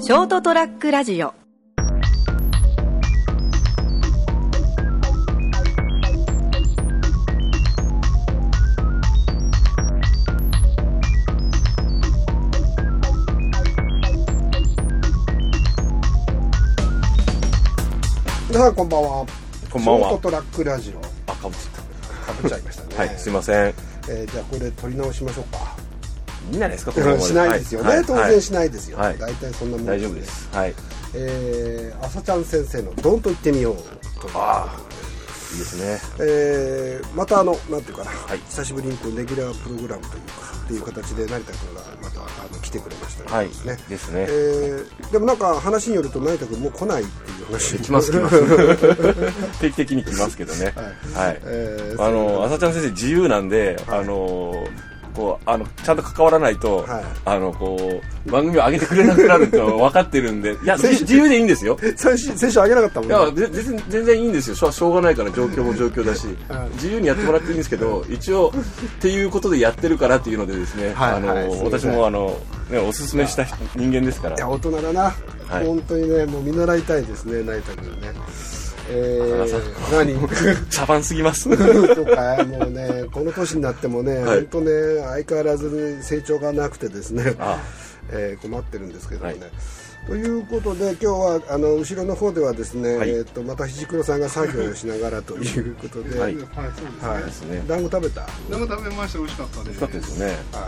ショートトラックラジオ。 皆さんこんばんは。 こんばんは。 ショートトラックラジオ。 かぶっちゃっかぶっちゃいましたね。 た。はい、すいません。 じゃあこれ撮り直しましょうか。 いいんじゃないですか、このままで。 しないですよね、 はい、 当然しないですよ。 はい、 大体そんなもん大丈夫です。はい。 朝ちゃん先生のドンと言ってみようという。 いいですね。 またなんていうかな、 はい、 久しぶりにこうレギュラープログラムというかっていう形で成田君がまた来てくれましたね。 はい。ですね。 でもなんか話によると成田君もう来ないっていう話。 来ます。定期的に来ますけどね。はい。朝ちゃん先生自由なんで、こうちゃんと関わらないと、こう番組を上げてくれなくなると分かってるんで、いや自由でいいんですよ。 先週上げなかったもんね。 いや全然いいんですよ。しょうがないから状況も状況だし、自由にやってもらっていいんですけど、一応っていうことでやってるからっていうのでですね、私もおすすめした人間ですから。 いや大人だな。本当にね、もう見習いたいですね、成田君ね。何茶番すぎますとかもうね、この年になってもね、本当ね、相変わらず成長がなくてですね、困ってるんですけどもね。ということで今日は後ろの方ではですね、またひじくろさんが作業をしながらということで、 はい、そうですね。 団子食べた？ 団子食べました。美味しかったです。 美味しかったですよね。 はい。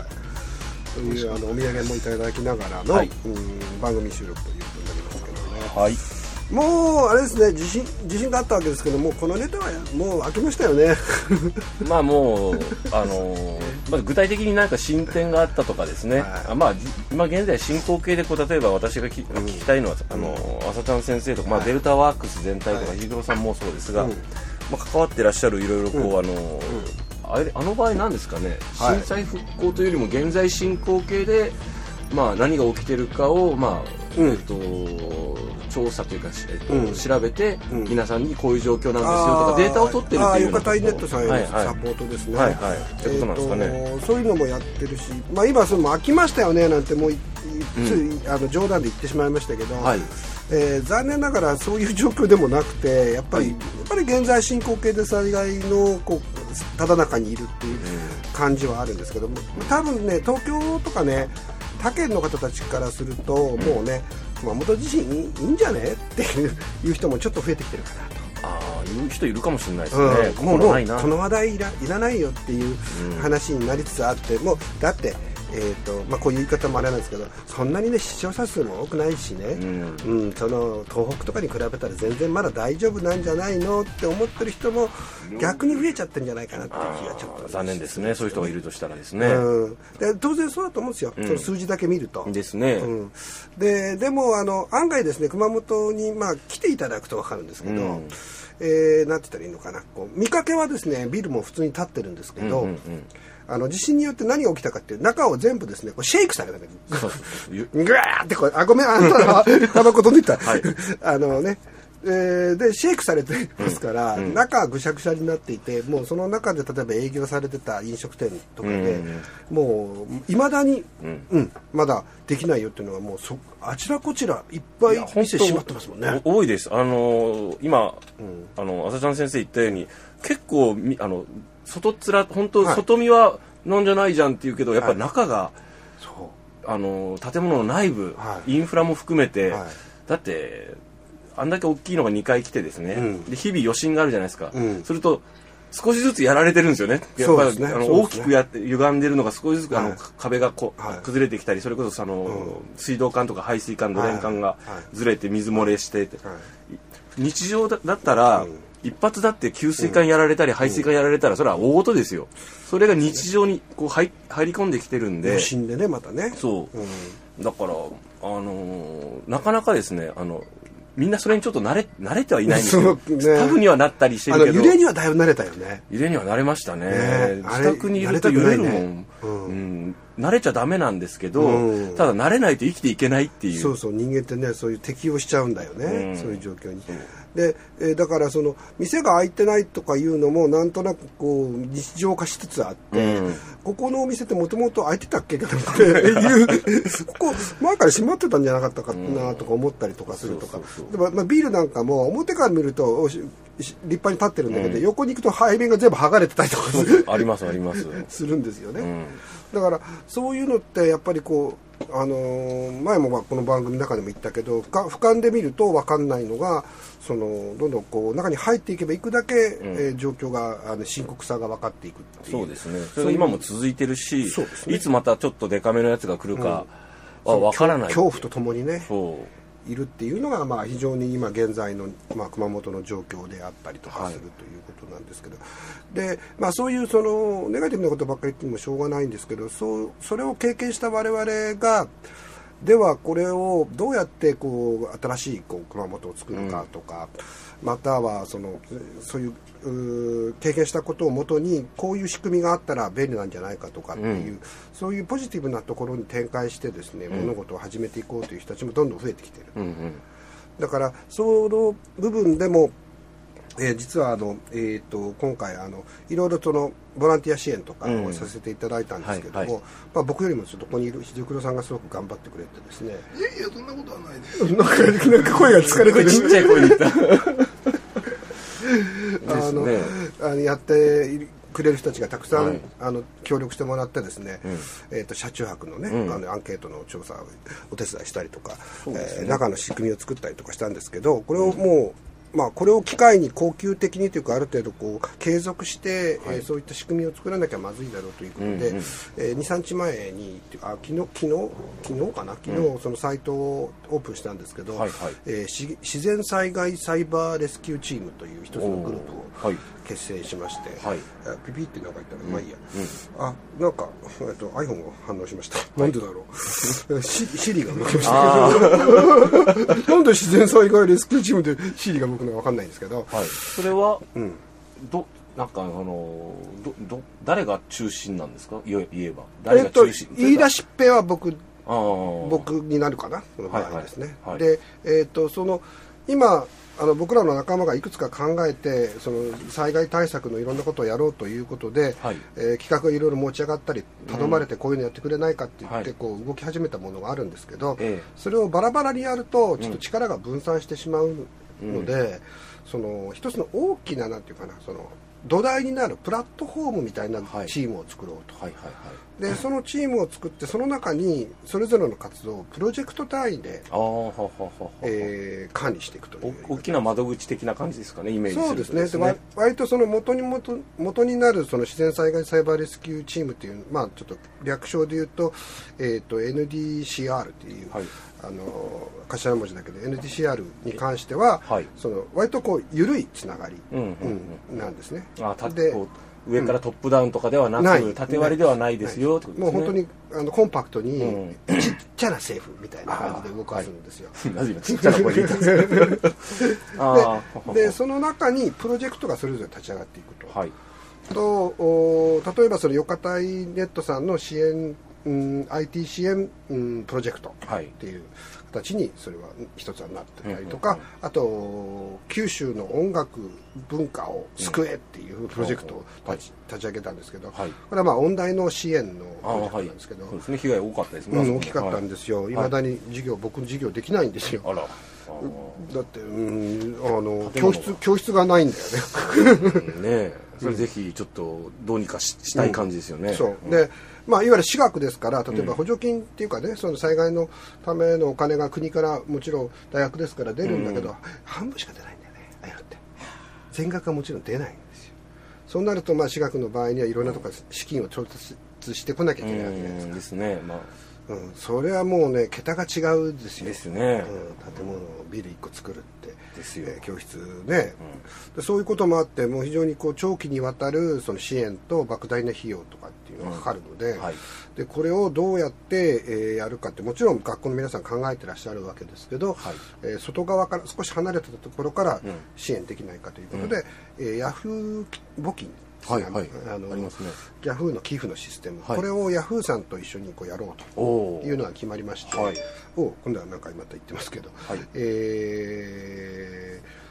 というお土産もいただきながらの、番組収録ということになりますけどね。はい。もうあれですね、自信があったわけですけども、このネタはもう飽きましたよね。 まあもうまず具体的に何か進展があったとかですね、まあ今現在進行形でこう例えば私が聞きたいのは朝ちゃん先生とか、デルタワークス全体とかひじくろさんもそうですが、関わってらっしゃるいろいろこうあの場合なんですかね、震災復興というよりも現在進行形で何が起きてるかを調査というか、調べて、皆さんにこういう状況なんですよとかデータを取ってるっていうのと。ゆかたいネットさんへのサポートですね。 ってことなんですかね。 そういうのもやってるし、今その飽きましたよねなんてもう冗談で言ってしまいましたけど、残念ながらそういう状況でもなくて、やっぱり現在進行形で災害のただ中にいるっていう感じはあるんですけども、多分ね、東京とかね、他県の方たちからすると、もうね、熊本地震いいんじゃねっていう人もちょっと増えてきてるかなと。 いう人いるかもしれないですね。 もうこの話題いらないよっていう話になりつつあって、もうだってこういう言い方もあれなんですけど、そんなにね視聴者数も多くないしね、その東北とかに比べたら全然まだ大丈夫なんじゃないのって思ってる人も逆に増えちゃってるんじゃないかなっていう気がちょっと残念ですね。そういう人がいるとしたらですね、 で当然そうだと思うんですよ、その数字だけ見るとですね。 でも案外ですね、熊本に来ていただくと分かるんですけど、なんて言ったらいいのかな、見かけはですねビルも普通に建ってるんですけど、地震によって何が起きたかっていう中を全部ですねシェイクされたんです。ぐわーってごめん、タバコ飛んでいった。でシェイクされてますから、中はぐしゃぐしゃになっていて、もうその中で例えば営業されてた飲食店とかで、もういまだに、まだできないよっていうのはもうあちらこちらいっぱい店閉まってますもんね。 多いです。今、朝ちゃん先生言ったように結構外っ面、本当、外見はなんじゃないじゃんって言うけど、やっぱり中が、建物の内部、インフラも含めて、だってあんだけ大きいのが2回来てですね、で日々余震があるじゃないですか。すると少しずつやられてるんですよね。やっぱり大きくやって歪んでるのが少しずつ壁が崩れてきたり、それこそ水道管とか排水管、ドレン管がずれて水漏れして、日常だったら一発だって給水管やられたり排水管やられたらそれは大事ですよ。それが日常に入り込んできてるんで、 余震でね、またね。 だからなかなかですね、みんなそれにちょっと慣れてはいないんですけど、スタッフにはなったりしてるけど、 揺れにはだいぶ慣れたよね。 揺れには慣れましたね。自宅にいると揺れるもん。慣れちゃダメなんですけど、ただ慣れないと生きていけないっていう。 そう人間ってね、そういう適応しちゃうんだよね、そういう状況に。 で、だからその店が開いてないとかいうのもなんとなくこう日常化しつつあって、ここのお店ってもともと開いてたっけっていうここ前から閉まってたんじゃなかったかなとか思ったりとかするとか、まあ、ビールなんかも表から見ると立派に立ってるんだけど、横に行くと背面が全部剥がれてたりとかありますありますするんですよね、だからそういうのってやっぱりこう前もこの番組の中でも言ったけど俯瞰で見ると分かんないのがそのどんどんこう中に入っていけばいくだけ、状況が深刻さが分かっていくっていう。 そうですね。それが今も続いてるし、ね、いつまたちょっとデカめのやつが来るかは分からない。 恐怖とともにねいるっていうのが、まあ、非常に今現在の、まあ、熊本の状況であったりとかするということなんですけど、で、まあ、そういうそのネガティブなことばっかり言ってもしょうがないんですけど、それを経験した我々がではこれをどうやってこう新しいこう熊本を作るかとか、またはそういう経験したことをもとにこういう仕組みがあったら便利なんじゃないかとかっていう、そういうポジティブなところに展開してですね、物事を始めていこうという人たちもどんどん増えてきている、だからその部分でも、実は今回いろいろそのボランティア支援とかをさせていただいたんですけども、まあ、僕よりもちょっとここにいる秀黒さんがすごく頑張ってくれてですね。 いやいやそんなことはないです。 なんか声が疲れてる。 ちっちゃい声で言った。 やってくれる人たちがたくさん、協力してもらってですね、車中泊のね、アンケートの調査をお手伝いしたりとか、中の仕組みを作ったりとかしたんですけど、これをもうまあ、これを機会に恒久的にというかある程度こう継続して、そういった仕組みを作らなきゃまずいだろうということで、23日前に昨日かな、そのサイトをオープンしたんですけど、自然災害サイバーレスキューチームという一つのグループを結成しまして、ピピってなんか言ったら、まあいいや、なんかiPhone が反応しました。なんでだろう。シリが動きましたけどなんで自然災害レスキューチームでシリが動くのか分かんないんですけど、 それはなんか誰が中心なんですか？言えば誰が中心？ 言い出しっぺは僕になるかな、この場合ですね。で、その今僕らの仲間がいくつか考えてその災害対策のいろんなことをやろうということで、企画がいろいろ持ち上がったり頼まれてこういうのやってくれないかって言ってこう動き始めたものがあるんですけど、それをバラバラにやるとちょっと力が分散してしまうので、その一つの大きななんていうかな、その土台になるプラットフォームみたいなチームを作ろうと、でそのチームを作ってその中にそれぞれの活動をプロジェクト単位で管理していくという大きな窓口的な感じですかね、イメージするとそうですね。割とその元になるその自然災害サイバーレスキューチームっていう、まあちょっと略称で言うと、NDCR っていう、頭文字だけで NDCR に関しては、その割とこう緩いつながりなんですね。 で上からトップダウンとかではなく、縦割りではないですよ、 もう本当にコンパクトにちっちゃな政府みたいな感じで動かすんですよ。 なぜ今ちっちゃな声で言ったんですか？ でその中にプロジェクトがそれぞれ立ち上がっていくと。例えばそのよかたいネットさんの支援、IT 支援、プロジェクトっていう形にそれは一つはなってたりとか、あと九州の音楽文化を救えっていうプロジェクトを立ち上げたんですけど、これはまあ音大の支援のプロジェクトなんですけど、 そうですね、被害多かったですね。 大きかったんですよ。いまだに僕授業できないんですよ。だって教室がないんだよね。 それぜひちょっとどうにかしたい感じですよね。 そうで、まあ、いわゆる私学ですから、例えば補助金っていうかね、その災害のためのお金が国からもちろん大学ですから出るんだけど、半分しか出ないんだよね、ああいうのって。全額はもちろん出ないんですよ。そうなると、まあ私学の場合にはいろんなところ資金を調達してこなきゃいけないわけじゃないですか。 ですね。 それはもうね、桁が違うですよ。 ですね。 建物ビル1個作るってですよ。 教室ね、そういうこともあってもう非常にこう長期にわたるその支援と莫大な費用とかっていうのがかかるので、でこれをどうやって、やるかってもちろん学校の皆さん考えてらっしゃるわけですけど、外側から少し離れたところから支援できないかということで、ヤフー募金ありますね。ヤフーの寄付のシステム、これをヤフーさんと一緒にこうやろうというのが決まりまして、今度は何回また言ってますけど、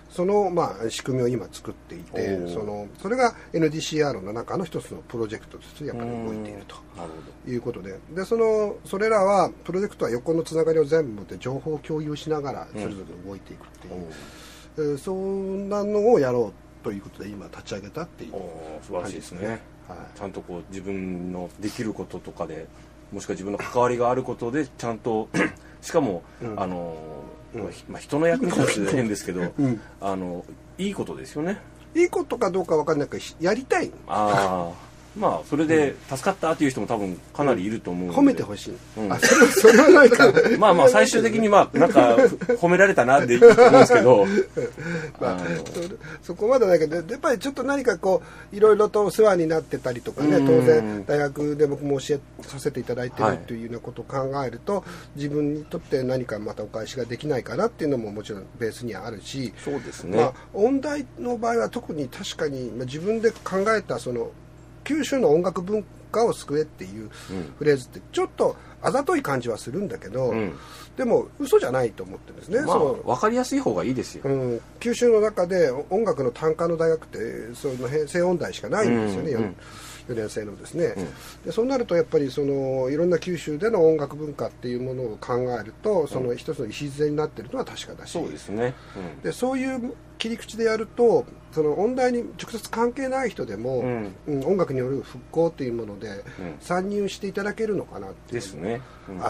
その、仕組みを今作っていて、それが NDCR の中の一つのプロジェクトとしてやっぱり動いているということで、それらはプロジェクトは横のつながりを全部で情報を共有しながらそれぞれ動いていくっていう、そんなのをやろうということで今立ち上げたっていう素晴らしいですね。ちゃんとこう自分のできることとかで、もしくは自分の関わりがあることでちゃんとしかも、人の役に立つって変ですけど、いいことですよね。 いいことかどうか分かんないけどやりたい。 それで助かったっていう人も多分かなりいると思うので、 褒めてほしい。それはないか。 最終的になんか褒められたなって言うと思うんですけど、 そこまでないけど、やっぱりちょっと何かこういろいろとお世話になってたりとかね、当然大学で僕も教えさせていただいてるというようなことを考えると、自分にとって何かまたお返しができないかなっていうのももちろんベースにはあるし、 そうですね。 音大の場合は特に確かに自分で考えたその九州の音楽文化を救えっていうフレーズってちょっとあざとい感じはするんだけど、でも嘘じゃないと思ってるんですね。 分かりやすい方がいいですよ。 九州の中で音楽の単科の大学ってその平成音大しかないんですよね、4年生のですね。でそうなるとやっぱりそのいろんな九州での音楽文化っていうものを考えると、その一つの礎になっているのは確かだし、 そうですね。 でそういう切り口でやると、その音大に直接関係ない人でも、音楽による復興というもので参入していただけるのかなっていうのがあって、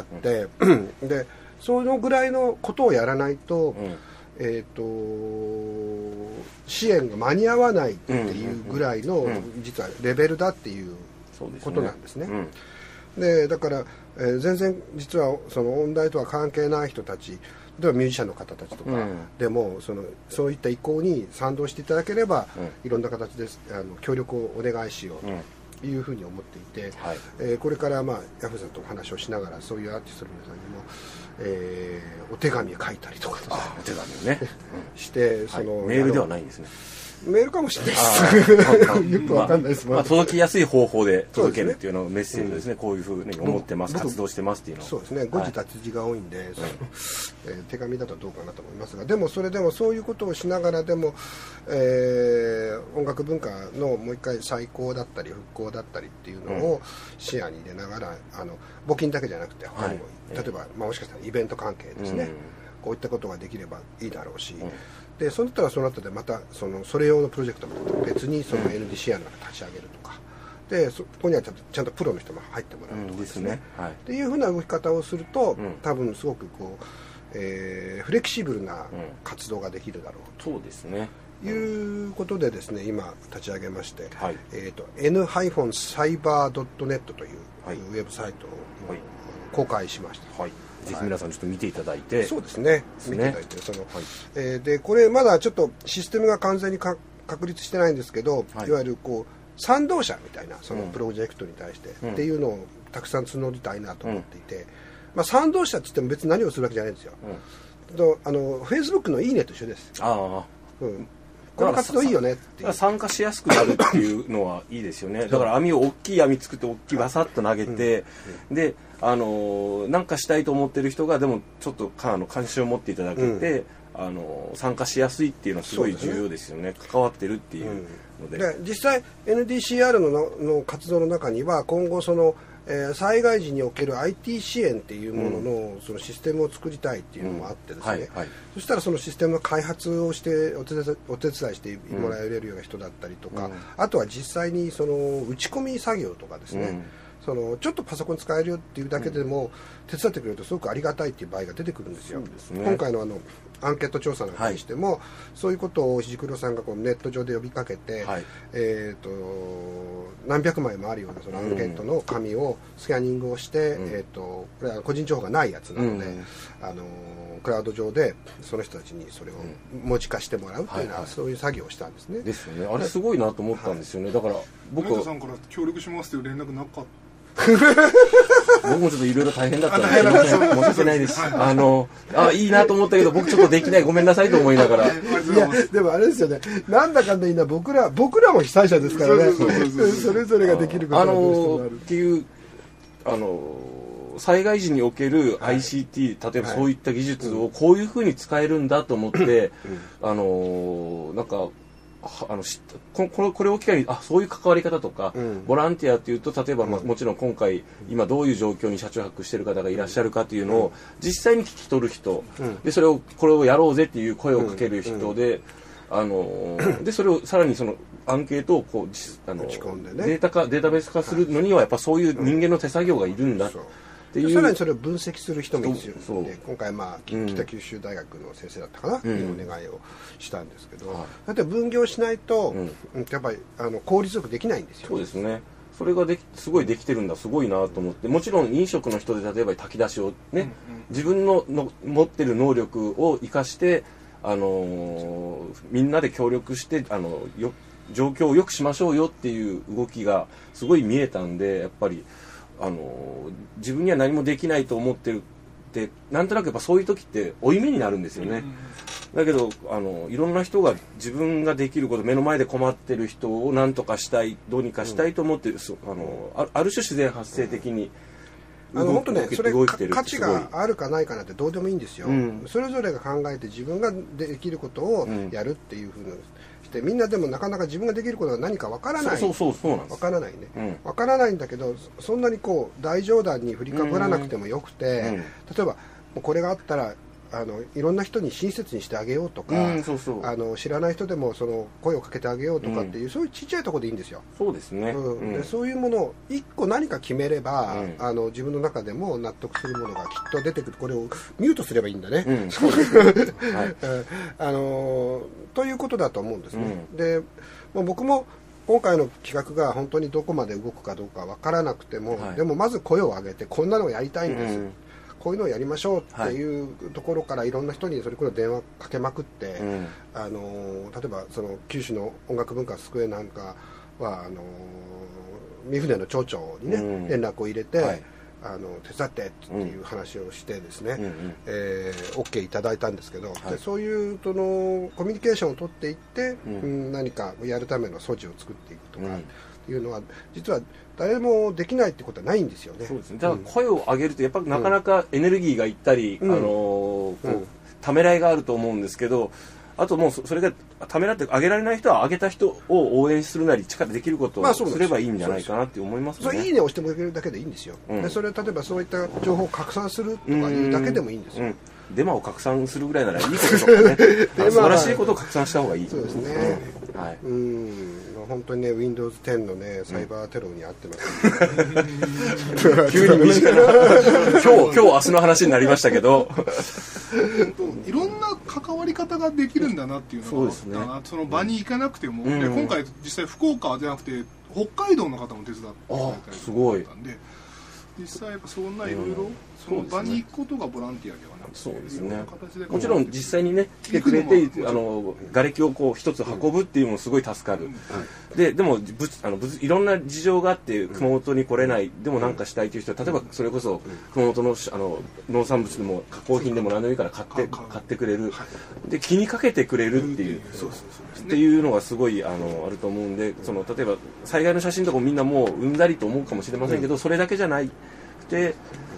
でそのぐらいのことをやらないと、支援が間に合わないっていうぐらいの実はレベルだっていうことなんですね。でだから、全然実はその音大とは関係ない人たち、例えばミュージシャンの方たちとかでも、そういった意向に賛同していただければ、いろんな形で協力をお願いしようというふうに思っていて、これからヤフーさんとお話をしながら、そういうアーティストの皆さんにも、お手紙を書いたりとかお手紙をねして、 メールではないんですね。 メールかもしれないですよくわかんないです、 届きやすい方法で届けるっていうのがメッセージですね。こういうふうに思ってます、活動してますっていうのは。 そうですね、誤字脱字が多いんで、手紙だとどうかなと思いますが、でもそれでもそういうことをしながらでも、音楽文化のもう一回再興だったり復興だったりっていうのを視野に入れながら、募金だけじゃなくて他にも、例えば、もしかしたらイベント関係ですね、こういったことができればいいだろうし、でそうなったらその後でまたそれ用のプロジェクトも別にその NDCR の中で立ち上げるとかで、そこにはちゃんとプロの人も入ってもらうとかですね、っていうふうな動き方をすると、多分すごくこう、フレキシブルな活動ができるだろうと、 そうですね、 いうことでですね、今立ち上げまして、n-cyber.net というウェブサイトを公開しました。 ぜひ皆さんちょっと見ていただいて、 そうですね、見ていただいて、でこれまだちょっとシステムが完全に確立してないんですけど、いわゆるこう賛同者みたいなそのプロジェクトに対して、っていうのをたくさん募りたいなと思っていて、賛同者って言っても別に何をするわけじゃないんですよ。Facebook のいいねと一緒です。この活動いいよねっていう、 参加しやすくなるっていうのはいいですよね。だから大きい網作って大きいバサッと投げて、でなんかしたいと思ってる人がでもちょっと関心を持っていただけて、参加しやすいっていうのはすごい重要ですよね。関わってるっていうので、 実際 NDCR の活動の中には今後災害時における IT 支援っていうもののそのシステムを作りたいっていうのもあってですね、そしたらそのシステムの開発をしてお手伝いしてもらえるような人だったりとか、あとは実際にその打ち込み作業とかですね、ちょっとパソコン使えるよっていうだけでも手伝ってくれるとすごくありがたいっていう場合が出てくるんですよ。今回のアンケート調査に対しても、そういうことを石黒さんがネット上で呼びかけて、何百枚もあるようなそのアンケートの紙をスキャニングをして、これは個人情報がないやつなので、クラウド上でその人たちにそれを文字化してもらうというような、そういう作業をしたんですね。 ですよね。あれすごいなと思ったんですよね。だから僕はさんから協力しますという連絡なかった。 僕もちょっといろいろ大変だったので申し訳ないです。いいなと思ったけど僕ちょっとできない、ごめんなさいと思いながら。 いやでもあれですよね、なんだかんだいいな、僕らも被災者ですからね。それぞれができることがどうしてもあるっていう災害時における ICT、例えばそういった技術をこういうふうに使えるんだと思って、なんかこれを機会にそういう関わり方とか、ボランティアっていうと例えば、もちろん今回今どういう状況に車中泊している方がいらっしゃるかっていうのを実際に聞き取る人、でこれをやろうぜっていう声をかける人で、でそれをさらにそのアンケートをこう打ち込んでね、 データベース化するのにはやっぱそういう人間の手作業がいるんだっていう、 さらにそれを分析する人もいるので、今回北九州大学の先生だったかな、っていうお願いをしたんですけど、だって分業しないと、やっぱり効率よくできないんですよ。 そうですね。それがすごいできてるんだ、すごいなと思って、もちろん飲食の人で例えば炊き出しをね、自分の持ってる能力を生かしてみんなで協力して状況を良くしましょうよっていう動きがすごい見えたんで、やっぱり自分には何もできないと思ってるってなんとなくやっぱそういう時って負い目になるんですよね。だけどいろんな人が自分ができること、目の前で困ってる人を何とかしたい、どうにかしたいと思ってる、ある種自然発生的に本当ね、それ価値があるかないかなんてどうでもいいんですよ、それぞれが考えて自分ができることをやるっていうふうにして、みんなでもなかなか自分ができることが何かわからない、わからないね、わからないんだけど、そんなにこう大冗談に振りかぶらなくてもよくて、例えばこれがあったらいろんな人に親切にしてあげようとか、知らない人でも声をかけてあげようとかっていう、そういうちっちゃいところでいいんですよ。 そうですね、 でそういうものを一個何か決めれば、自分の中でも納得するものがきっと出てくる。これをミュートすればいいんだね、ということだと思うんですね。で僕も今回の企画が本当にどこまで動くかどうかわからなくても、でもまず声を上げてこんなのをやりたいんです、こういうのをやりましょうっていうところからいろんな人にそれこそ電話かけまくって、例えば九州の音楽文化スクエなんかは三船の町長にね、連絡を入れて、手伝ってっていう話をしてですね、OK いただいたんですけど、でそういうコミュニケーションを取っていって、何かやるための素地を作っていくとかいうのは、実は誰もできないってことはないんですよね。 そうですね。だから声を上げるとやっぱなかなかエネルギーがいったり、ためらいがあると思うんですけど、あともうそれがためらって上げられない人は上げた人を応援するなり力できることをすればいいんじゃないかなって思いますね。 それいいねを押してもらえるだけでいいんですよ。でそれ例えばそういった情報を拡散するとかいうだけでもいいんですよ。 デマを拡散するぐらいならいいこととかね素晴らしいことを拡散した方がいい。 そうですね、本当にね Windows 10のねサイバーテロに遭ってます、 ね急に身近な今日明日の話になりましたけどいろんな関わり方ができるんだなっていうのが、そうですね、その場に行かなくても、で今回実際福岡じゃなくて北海道の方も手伝ってくれたりとかったんで、実際やっぱそんないろいろその場に行くことがボランティアではなくて、 そうですね、もちろん実際にね来てくれて瓦礫をこう一つ運ぶっていうのもすごい助かる、でもいろんな事情があって熊本に来れない、でも何かしたいという人は例えばそれこそ熊本の農産物でも加工品でも何でもいいから買ってくれる、で気にかけてくれるっていうっていうのがすごいあると思うんで、例えば災害の写真とかもみんなもううんざりと思うかもしれませんけど、それだけじゃないで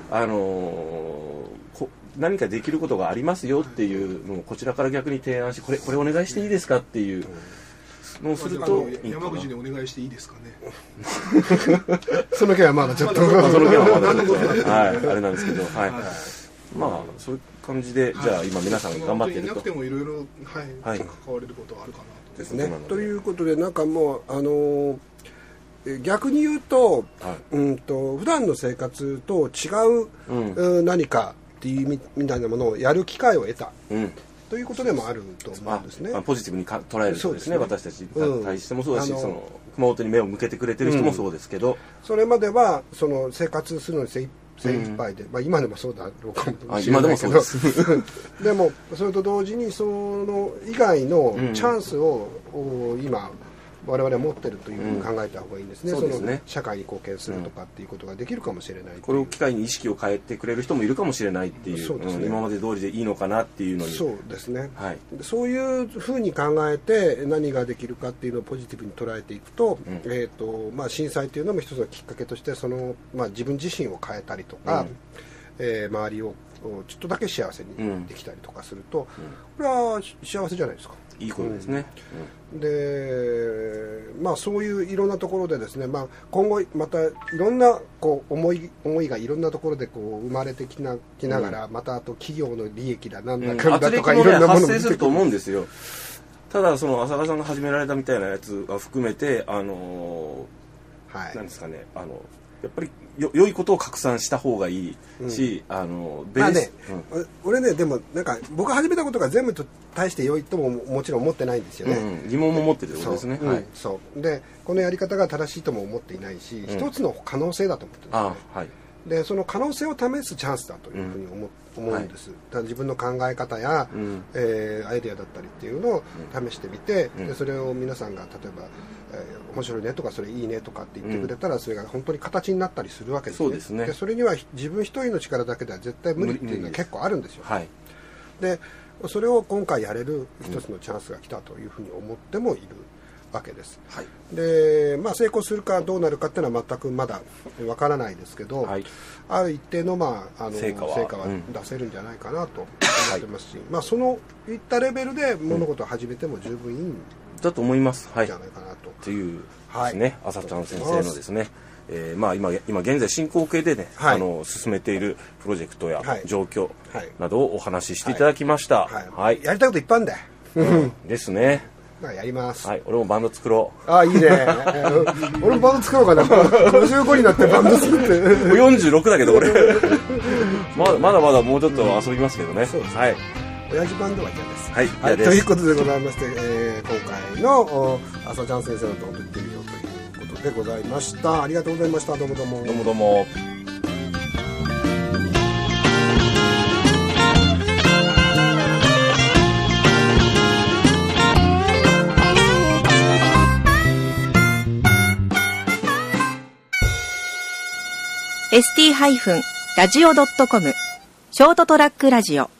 何かできることがありますよっていうのをこちらから逆に提案して、これお願いしていいですかっていうのをするといいかな。 山口でお願いしていいですかねその件はまだちょっとその件はまだあれなんですけど、まあそういう感じで、じゃあ今皆さん頑張っていると。 いなくてもいろいろ関われることはあるかなとですね。ということでなんかもう逆に言うと、普段の生活と違う、何かっていうみたいなものをやる機会を得た、ということでもあると思うんですね。 ポジティブに捉えるとですね、私たちに対してもそうだし、熊本に目を向けてくれてる人もそうですけど、 それまでは生活するのに精一杯で、今でもそうだろうかもしれないけど、でもそれと同時にその以外のチャンスを今我々は持ってるというふうに考えた方がいいんですね。 そうですね。 その社会に貢献するとかっていうことができるかもしれない。 これを機会に意識を変えてくれる人もいるかもしれないっていう、そうですね、今まで通りでいいのかなっていうのに。 そうですね。 はい。 そういうふうに考えて何ができるかっていうのをポジティブに捉えていくと、震災というのも一つのきっかけとして自分自身を変えたりとか、周りをちょっとだけ幸せにできたりとかすると、これは幸せじゃないですか。 いいことですね。 で、そういういろんなところでですね、今後またいろんな思いがいろんなところで生まれてきながら、またあと企業の利益だなんだかんだとかいろんなもの発生すると思うんですよ。ただその浅川さんが始められたみたいなやつが含めてなんですかね、やっぱり良いことを拡散した方がいいし、 俺ね、でもなんか僕が始めたことが全部と対して良いとももちろん思ってないんですよね。 疑問も持ってるってことですね。 そうで、このやり方が正しいとも思っていないし、一つの可能性だと思ってるんですよね。でその可能性を試すチャンスだというふうに思うんです。だから自分の考え方や、アイデアだったりっていうのを試してみて、でそれを皆さんが例えば、面白いねとかそれいいねとかって言ってくれたら、それが本当に形になったりするわけですね。 そうですね。 でそれには自分一人の力だけでは絶対無理っていうのは結構あるんですよ。でそれを今回やれる一つのチャンスが来たというふうに思ってもいるわけです。で成功するかどうなるかっていうのは全くまだわからないですけど、ある一定の成果は出せるんじゃないかなと思ってますし、そういったレベルで物事を始めても十分いいんだと思います。 じゃないかなと。 っていうですね、朝ちゃん先生のですね、今現在進行形でね、進めているプロジェクトや状況などをお話ししていただきました。 やりたいこといっぱいあるんだよ。 ですね。 やります。 俺もバンド作ろう。 いいね。俺もバンド作ろうかな。55になってバンド作って。 46だけど俺。まだまだもうちょっと遊びますけどね。 そうです。親父バンドは嫌です。ということでございまして、今回の朝ちゃん先生のところ行ってみようということでございました。ありがとうございました。どうもどうも。 どうもどうも。 ST-radio.com ショートトラックラジオ